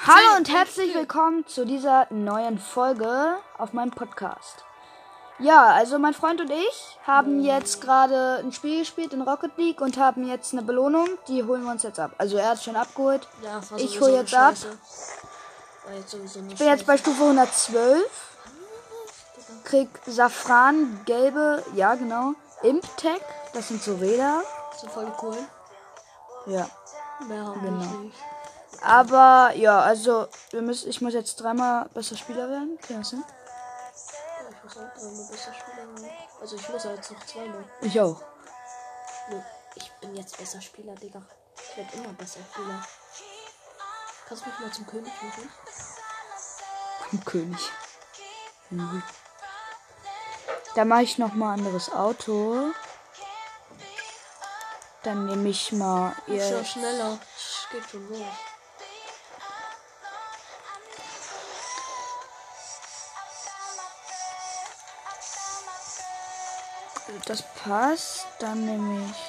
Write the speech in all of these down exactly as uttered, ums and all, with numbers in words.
Hallo und herzlich willkommen zu dieser neuen Folge auf meinem Podcast. Ja, also mein Freund und ich haben jetzt gerade ein Spiel gespielt in Rocket League und haben jetzt eine Belohnung. Die holen wir uns jetzt ab. Also er hat schon abgeholt. Ja, ich hole jetzt ab. Ich bin jetzt bei Stufe hundertzwölf. Krieg Safran, gelbe, ja genau. Imp-Tech, das sind so Räder. So voll cool. Ja. Mehr haben Genau. wir nicht. Aber ja, also wir müssen, ich muss jetzt dreimal besser Spieler werden. Kriegen wir das hin? Ja, ich muss auch dreimal besser Spieler werden. Also ich muss ja jetzt noch zweimal. Ich auch. Nee, ich bin jetzt besser Spieler, Digga. Ich werde immer besser Spieler. Kannst du mich mal zum König machen? Zum König. Mhm. Da mache ich noch mal ein anderes Auto. Dann nehme ich mal Ist ihr. ja schneller. Es geht schon los. Das passt. Dann nehme ich.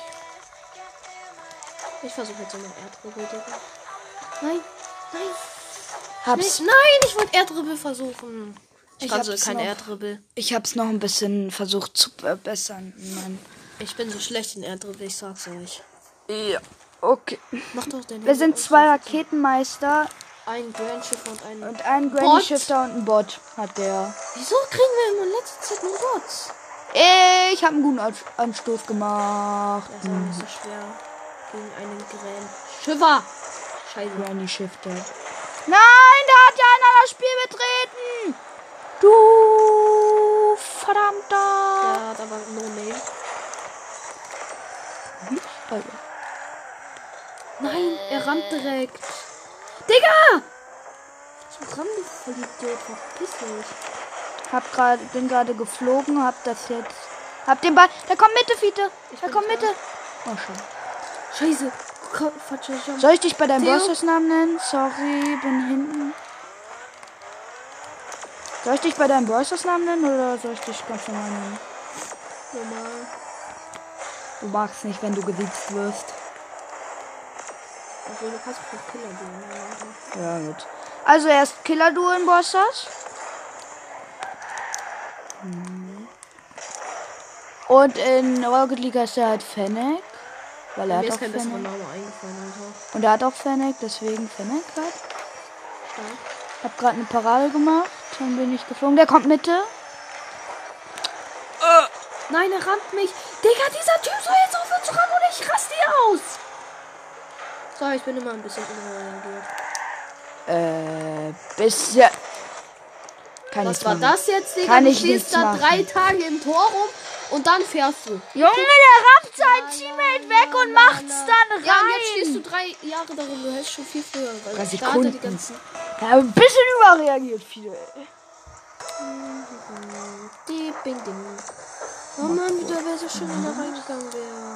Ich versuche jetzt immer Erdribbel, Digga. Nein, nein. Hab's. Nee, nein, ich wollte Erdribbel versuchen. Ich, Ich kann so hab's kein noch. Erdribbel. Ich hab's noch ein bisschen versucht zu verbessern. Mann. Ich bin so schlecht in Erdribbel, ich sag's euch. Ja. Okay. Mach doch den. Wir sind zwei Raketenmeister Ein Grand Shifter und ein. und ein Bot. Granny Shifter und ein Bot hat der. Wieso kriegen wir immer in letzter Zeit nur Bots? Ich habe einen guten An- Anstoß gemacht. Das ist auch nicht so schwer. Gegen einen Grand Schiffer. Scheiße. Granny Shifter. Nein, da hat ja einer das Spiel betreten. Du verdammter. Ja, hat aber no name. Also. Nein, er rammt direkt. Digga! So ram du voll Idiot, verpiss dich. Hab grad, bin gerade geflogen, hab das jetzt. Hab den Ball. Da kommt Mitte, Fiete. Ich Da bin kommt da. Mitte. Oh, schon. Scheiße. Ko- Fatsche Jump. Soll ich dich bei deinem Theo? Bosses-Namen nennen? Sorry, bin hinten. Soll ich dich bei deinem Bosses-Namen nennen oder soll ich dich ganz normal nennen? Normal. Du magst nicht, wenn du gesiezt wirst. Obwohl, du kannst mich Killer gehen. Ja, gut. Also erst Killer-Duo in Bosses. Und in Rocket League ist er halt Fennec. Weil er Mir hat ist auch kein besserer Fennec. Name eingefallen, Alter. Und er hat auch Fennec, deswegen Fennec halt. Stark. Hab gerade eine Parade gemacht. Dann bin ich geflogen. Der kommt Mitte. Nein, er rammt mich. Digga, dieser Typ soll jetzt aufhören zu rammen oder ich raste hier aus. So, ich bin immer ein bisschen überreagiert. Äh, bisschen. Kann Was ich war machen. das jetzt, Digga? Kann du ich stehst nichts da machen. drei Tage im Tor rum und dann fährst du. Junge, der rammt sein Teammate weg und macht's dann rein. Ja, und jetzt stehst du drei Jahre darum. Du hältst schon viel früher. Weil Drei da hat er die Sekunden. ganzen... Ja, ein bisschen überreagiert, viele. Die Bing Ding. Oh Mann, wie der wäre so schön, wenn er reingegangen wäre.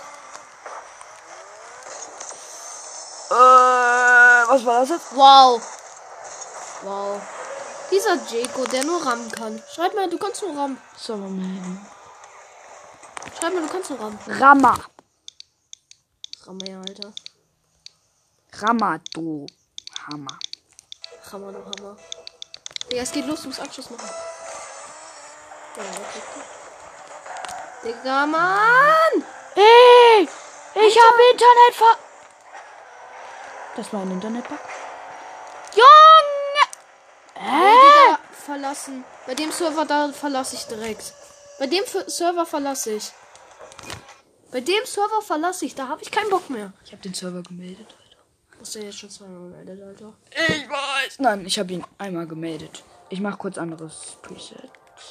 Äh, was war das jetzt? Wow. Wow. Dieser Jaco, der nur rammen kann. Schreib mal, du kannst nur rammen. So, Moment. Schreib mal, du kannst nur rammen. Rammer. Rammer, ja, Alter. Rammer, du Hammer. Hammer, du Hammer. Digga, es geht los, du musst Abschluss machen. Ja, okay. Digga, Mann! Ey, ich habe Internet ver... Das war ein Internetbug. Junge! Nee, Digga, verlassen. Bei dem Server da verlasse ich direkt. Bei dem F- Server verlasse ich. Bei dem Server verlasse ich. Da habe ich keinen Bock mehr. Ich habe den Server gemeldet, Alter. Hast du jetzt schon zweimal gemeldet, Alter? Ich weiß. Nein, ich habe ihn einmal gemeldet. Ich mache kurz anderes Preset.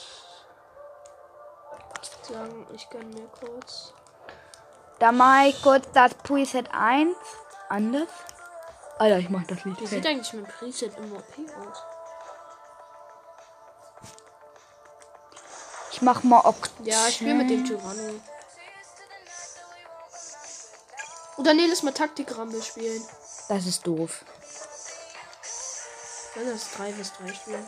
Sagen, ich gönn mir kurz. Da mache ich kurz das Preset eins. Anders. Alter, ich mach das Lied. Wie sieht eigentlich mein Preset im O P aus? Ich mach mal Oktober. Ja, ich spiele mit dem Tyranno. Oder nee, lass mal Taktik-Rumble spielen. Das ist doof. Wenn das drei bis drei spielen.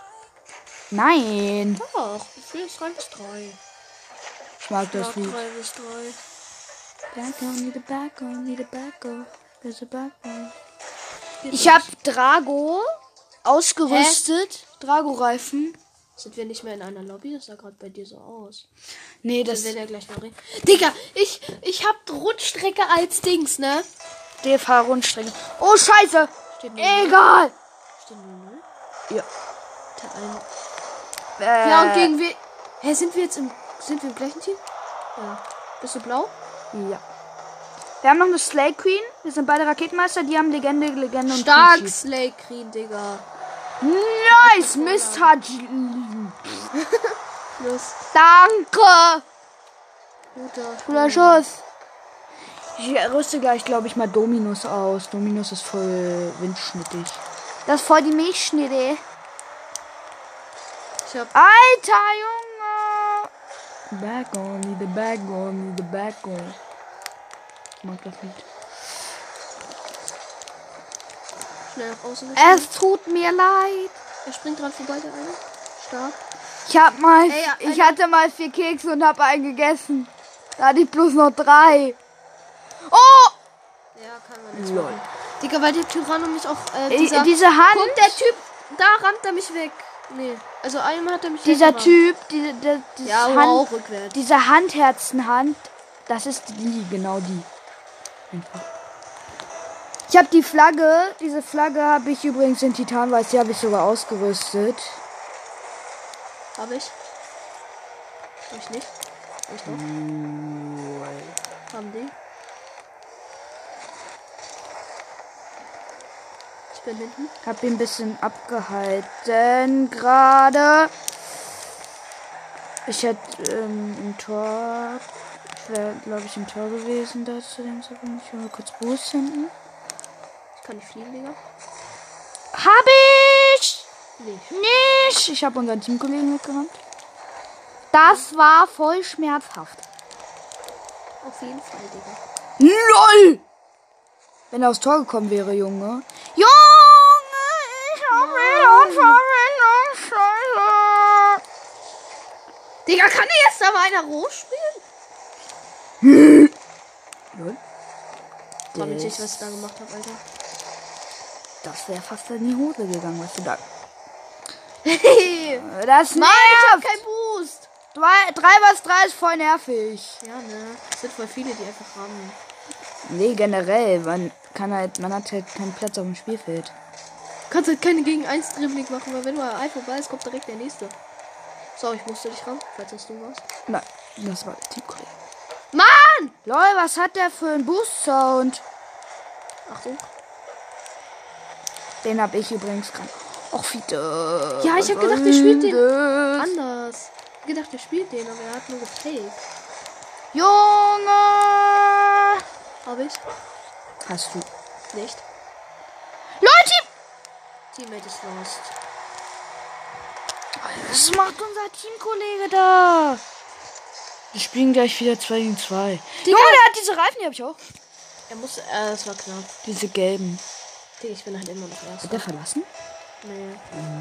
Nein. Doch, ich spiele es drei bis drei. Ich mag das Ja, Lied. drei bis drei. Back on, need a back on, need a back on. There's a back on. Geht Ich nicht. habe Drago ausgerüstet. Drago-Reifen. Sind wir nicht mehr in einer Lobby? Das sah gerade bei dir so aus. Nee, Das das werden wir gleich mal reden. Digga, ich, ich hab Rundstrecke als Dings, ne? D F H-Rundstrecke. Oh, scheiße. Steht null null. Egal. Steht null null. Ja. Der eine. Äh, Ja, und gegen wen? Hä, sind wir jetzt im. Sind wir im gleichen Team? Ja. Bist du blau? Ja. Wir haben noch eine Slay Queen. Wir sind beide Raketenmeister. Die haben Legende, Legende und Stark, Clean Slay Green, Digga. Sheet. Nice, Mister G. Los. Danke. Guter. Cooler Schuss. Ich rüste gleich, glaube ich, mal Dominus aus. Dominus ist voll windschnittig. Das ist voll die Milchschnitte. Ich hab. Alter Junge. Back on me, the back on me, the back on. Ich mag das nicht. Schnell nach außen. Es tut mir leid. Er springt dran vorbei, der eine. Stark. Ich hab mal, Ey, ja, ich hatte mal vier Kekse und hab einen gegessen. Da hatte ich bloß noch drei. Oh! Ja, kann man nicht Lol. machen. Digga, weil der Tyranno mich auch. Äh, Ey, dieser, diese Hand, Guck, der Typ. Da rammt er mich weg. Nee. Also einmal hat er mich dieser weggerammt. Typ, diese, die, diese Ja, Hand, wow, rückwärts. diese Handherzenhand, das ist die, genau die. Einfach. Ich habe die Flagge, diese Flagge habe ich übrigens in Titanweiß, die habe ich sogar ausgerüstet. Hab ich. Hab ich nicht. Hab ich doch. Haben die. Ich bin hinten. Hab ihn ein bisschen abgehalten gerade. Ich hätte ähm, im Tor, ich wäre glaube ich im Tor gewesen da zu dem Zeitpunkt. Ich will mal kurz Boost hinten. Ich kann nicht fliegen, Digga. Hab ich Nicht. nicht. Ich habe unseren Teamkollegen mitgenommen. Das war voll schmerzhaft. Auf jeden Fall, Digga. LOL! Wenn er aufs Tor gekommen wäre, Junge. Junge, ich hab wieder Verbindungsscheiße. Digga, kann er jetzt aber einer roh spielen? LOL. Frag mich nicht, was ich da gemacht habe, Alter. Das wäre fast in die Hose gegangen, was du da. Hey! Das Mann, ich hab nervt. keinen Boost! drei was drei ist voll nervig. Ja, ne? Es sind voll viele, die einfach haben. Nee, generell. Man kann halt, man hat halt keinen Platz auf dem Spielfeld. Du kannst halt keine gegen eins Dribbling machen, weil wenn du ein vorbei ist, kommt direkt der nächste. So, ich musste dich ran, falls das du warst. Nein, das war der Teamkollege. Mann! Lol, was hat der für einen Boost-Sound? Achtung. Den hab ich übrigens gerade. Och, Fiete. Ja, ich hab gedacht, der spielt den anders. Ich hab gedacht, der spielt den, aber er hat nur gefaked. Junge! Hab ich? Hast du. Nicht. Leute! Teammate ist lost. Was macht unser Teamkollege da? Wir spielen gleich wieder zwei gegen zwei. Junge, der hat diese Reifen, die hab ich auch. Er muss, äh, das war knapp. Diese gelben. Digga, ich bin halt immer noch Hat erst. der verlassen? Nee.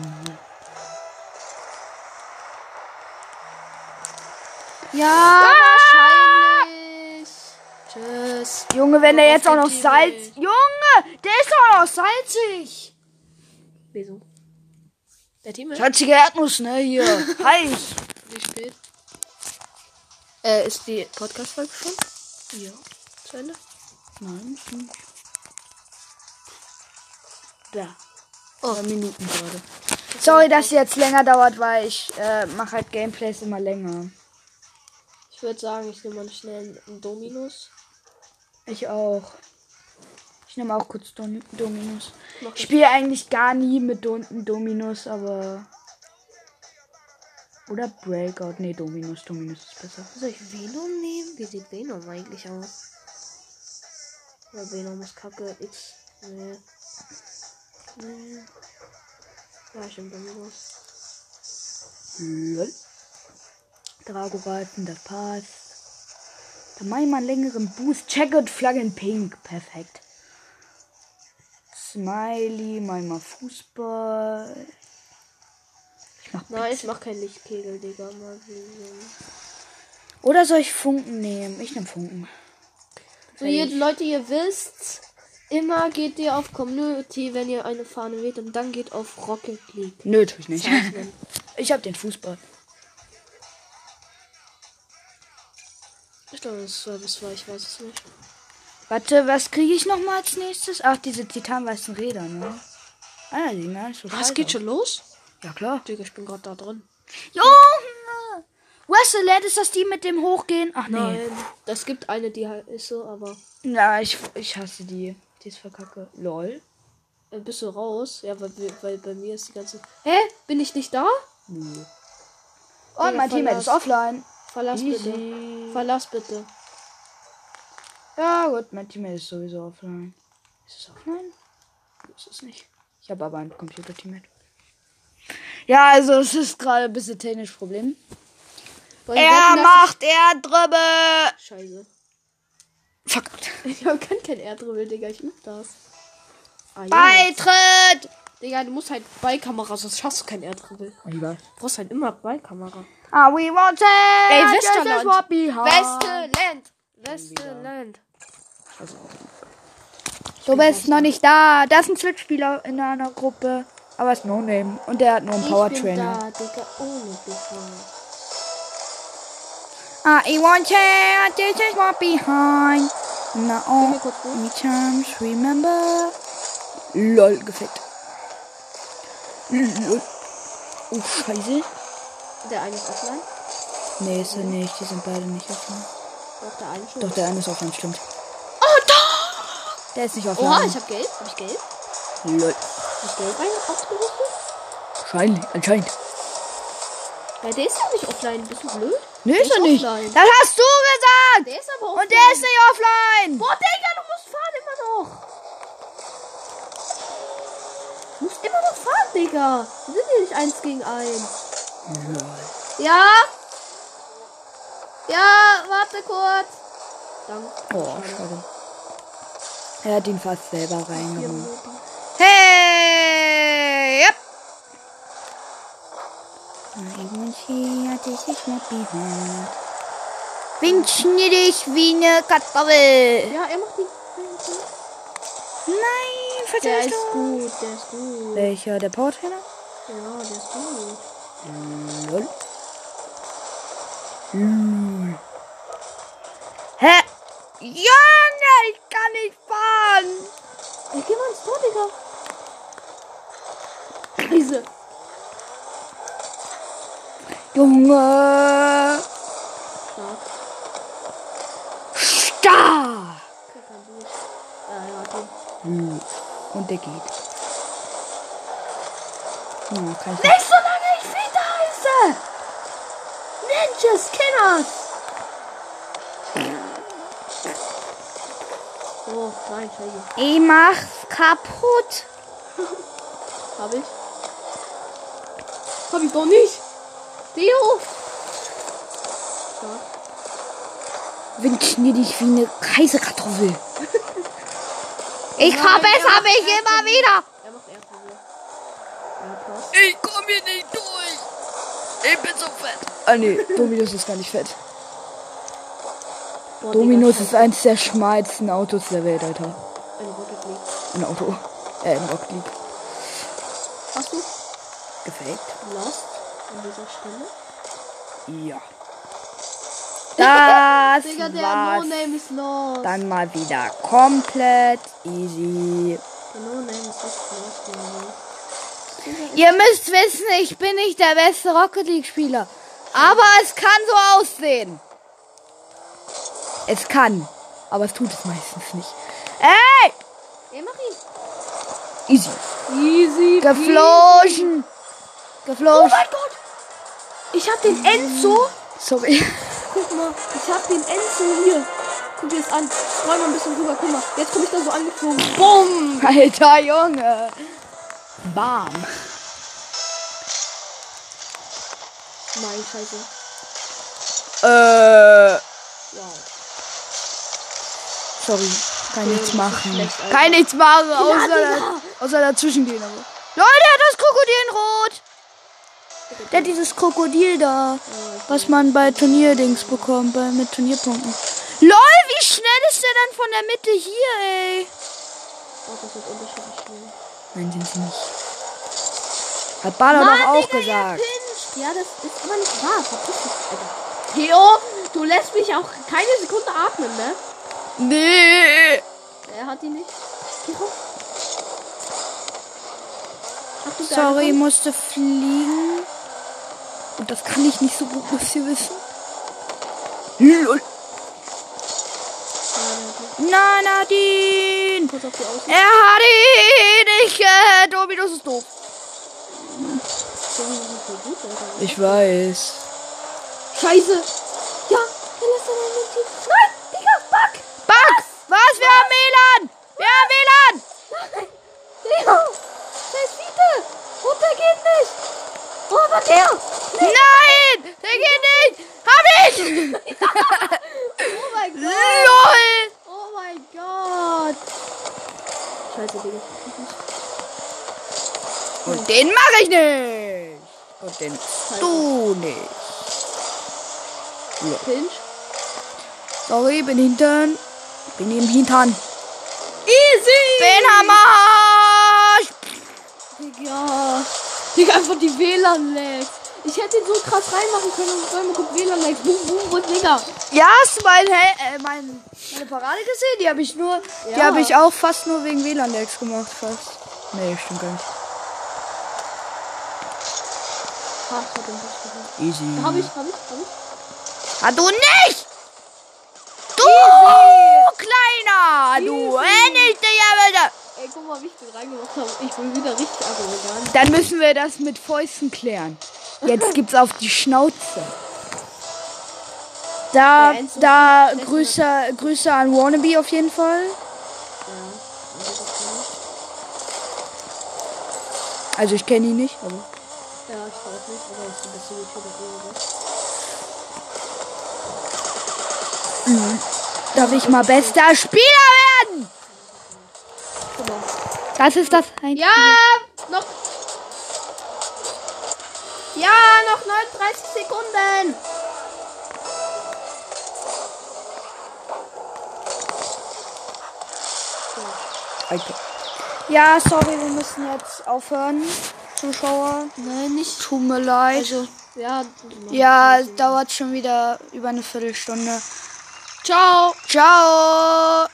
Ja, wahrscheinlich. Tschüss. Junge, wenn der Auf jetzt auch den noch Teammate. Salz... Junge, der ist auch noch salzig. Wieso? Der Teammate? Salzige Erdnuss, ne, hier. Heiß. Wie spät? Äh, ist die Podcast-Folge schon? Ja. Zu Ende? Nein, ist nicht. Da. Oh. Zwei Minuten gerade. Sorry, dass es jetzt länger dauert, weil ich äh, mache halt Gameplays immer länger. Ich würde sagen, ich nehme mal schnell einen Dominus. Ich auch. Ich nehme auch kurz Dom Dominus. Mach Ich spiele eigentlich gar nie mit Dom Dominus, aber... Oder Breakout. Nee, Dominus. Dominus ist besser. Soll ich Venom nehmen? Wie sieht Venom eigentlich aus? Ja, Venom ist kacke. X. Nee. Nee. Ja, ich nehme Dominus. Lol. Drago-Reifen, das passt. Dann mach ich mal einen längeren Boost. Checkered Flagge in Pink. Perfekt. Smiley, mach ich mal Fußball. Ich mach Nein, ich mach keinen Lichtkegel, Digga. Mal Oder soll ich Funken nehmen? Ich nehme Funken. So, ihr Leute, ihr wisst, Immer geht ihr auf Community, wenn ihr eine Fahne wählt und dann geht auf Rocket League. Nö, tue ich nicht. Zeichnen. Ich hab den Fußball. Ich glaube, das Service war, ich weiß es nicht. Warte, was kriege ich noch mal als nächstes? Ach, diese titanweißen Räder, ne? Ah, die gar nicht so Was scheiße geht aus. schon los? Ja, klar. Digga, ich bin gerade da drin. Junge! Wrestleland, ist das die mit dem Hochgehen? Ach, nee. Nein, es gibt eine, die halt ist so, aber Na, ich, ich hasse die. Die ist verkacke. Lol. äh, bist du raus? Ja, weil, wir- weil bei mir ist die ganze. Hä? Bin ich nicht da? Nö. Und Digga, mein Teammate verlass. ist offline. Verlass bitte. Easy. Verlass bitte. Ja, gut, mein Teammate ist sowieso offline. Ist es offline? Ist es nicht. Ich habe aber ein Computer-Teammate. Ja, also es ist gerade ein bisschen technisch Problem. Wollen wir Er wetten, dass macht Erdrübe! ich- Scheiße. Verkackt. Ich hab kann kein Erdribbel, Digga. Ich üb das. Ah, ja. Beitritt! Digga, du musst halt Beikamera, sonst schaffst du kein Erdribbel. Lieber. Du brauchst halt immer Beikamera. Ah, we want it! Ey, This Westerland. is what we have. Westerland! Westerland! Du bist noch nicht da. Da ist ein Switch-Spieler in einer Gruppe. Aber ist No-Name. Und der hat nur einen Ich bin Powertrainer. da, Digga, ohne Befall. Ah, I want it. This is what behind. Now all mir kurz durch. me times remember. Lol, gefickt. Lol. Oh, scheiße. Der eine ist offline. Nee, ist er nicht. Die sind beide nicht offline. Doch, der eine schon. Doch, der eine ist offline, stimmt. Oh, da! Der ist nicht offline. Oha, ich hab Geld. Hab ich Geld? Lol. Hab ich Geld rein ausgerüstet? Wahrscheinlich, anscheinend. Ja, der ist ja nicht offline. Bist du blöd? Nee, Der ist er nicht. offline. Das hast du gesagt. Der ist aber offline. Und der ist nicht offline. Boah, Digga, du musst fahren immer noch. Du musst immer noch fahren, Digga. Wir sind hier nicht eins gegen eins. Lol. Ja? Ja, warte kurz. Danke. Oh, schade. Er hat ihn fast selber Vier reingehauen. Minuten. Hey! Yep. Windschnittig wie eine Kartoffel. Ja, er macht die. Nein, Der verzeihst ist du. gut, der ist gut. Welcher? Der Powertrainer? Ja, der ist gut. Lol. Lol. Hä? Junge, ich kann nicht fahren. Ey, geh mal ins Tor, Digga. Krise. Junge. Stark. Stark. Der kann durch. Ja, ja, den. Hm. Und der geht. Ja, kann ich Nicht so lange ich Vita heiße! Ninjas, Killers! Oh, nein, scheiße. Ich mach's kaputt. Hab ich? Hab ich doch nicht! Theo! Stark. Windschnittig wie eine heiße Kartoffel. Ich Nein, hab es, er hab macht ich Erdbeere. immer wieder. Er macht Erdbeere. Ja, krass. Ich komm hier nicht durch. Ich bin so fett. Ah nee, Dominus ist gar nicht fett. Boah, Dominus Digga, ist eins der schmalsten Autos der Welt, Alter. ein Rocket League. Ein Auto. Äh, im Rocket League. Hast du Gefaked? Lost an dieser Stelle? Ja. Das Digga, der war's No-Name ist lost. dann mal wieder komplett easy. Der No-Name ist echt lost, Mann. Ihr müsst wissen, ich bin nicht der beste Rocket League Spieler. Aber es kann so aussehen. Es kann. Aber es tut es meistens nicht. Ey! Ey, mach ihn. Easy. Easy. Geflogen. Oh Geflogen. mein Gott. Ich hab den Enzo. Sorry. Guck mal, ich hab den Enzo hier. Guck dir das an. Scroll mal ein bisschen rüber. Guck mal, jetzt komm ich da so angeflogen. Bumm. Alter Junge. Bam. Nein, scheiße. Äh. Wow. Sorry. Kann Okay, nichts das ist machen. schlecht, Alter. Kann nichts machen, außer, Digga. außer dazwischen gehen. Aber. Leute, der hat das Krokodil in Rot. Der hat dieses Krokodil da, was man bei Turnierdings bekommt, bei, mit Turnierpunkten. LOL, wie schnell ist der denn von der Mitte hier, ey? Oh, das wird unterschiedlich schnell. Nein, sind sie nicht. Hat Bala Mann, doch auch Digga, gesagt. ihr pinscht. Ja, das ist aber nicht wahr. Verpiss dich, Alter. Theo, du lässt mich auch keine Sekunde atmen, ne? Nee. Er hat ihn nicht. Geh raus. Ach, du Sorry, Geile, musste fliegen. Und das kann ich nicht so gut, müsst ihr wissen. Lol. komm. Na, Nadine. Kurz auf die Außen. Er hat ihn. Ich, äh, Dominus ist doof. So wie sie voll gut, Alter. Ich weiß. Scheiße. Ja, er lässt dann einen Team. Nein, Digga, Back. Bug! Was? Wir haben W L A N! Wir haben W L A N! Nein, Digga. Der ist Fiete. Und der geht nicht. Oh, aber der. Nein! Der geht nicht! Hab ich! Oh mein Gott. LOL! Oh mein Gott. Scheiße, Digga. Und den mache ich nicht! Und den du nicht. Ja. Pinch. Sorry, bin hinten. Bin im Hintern. Easy. Bin am Arsch! Digga. Digga, einfach die W L A N-Lags. Ich hätte ihn so krass reinmachen können und so immer gut W L A N-Lags. Boom, boom, und Digga. Ja, hast du mein, äh, mein, meine Parade gesehen? Die habe ich nur, die Ja. habe ich auch fast nur wegen W L A N-Lags gemacht. Fast. Nee, stimmt gar nicht. Ha, ich hab den Bus gemacht. Easy. Hab ich, hab ich, hab ich. Ah, du nicht! Du Kleiner! Du endest dich ja wieder! Ey, guck mal, wie ich den reingemacht habe. Ich bin wieder richtig arrogant. Dann müssen wir das mit Fäusten klären. Jetzt gibt's auf die Schnauze. Da, Ja, eins zu da eins. Grüße, Grüße an Wannabe auf jeden Fall. Ja, also das kann ich. Also ich kenne ihn nicht, aber. Ja, ich auch nicht, aber ist ein bisschen YouTuber oder? Darf ich mal bester Spieler werden? Guck mal. Das ist das Einzige. Ja, noch. Ja, noch neununddreißig Sekunden. Okay. Ja, sorry, wir müssen jetzt aufhören. Zuschauer. Nein, nicht. Tut mir leid. Also, ja. Ja, es dauert schon wieder über eine Viertelstunde. Ciao. Ciao.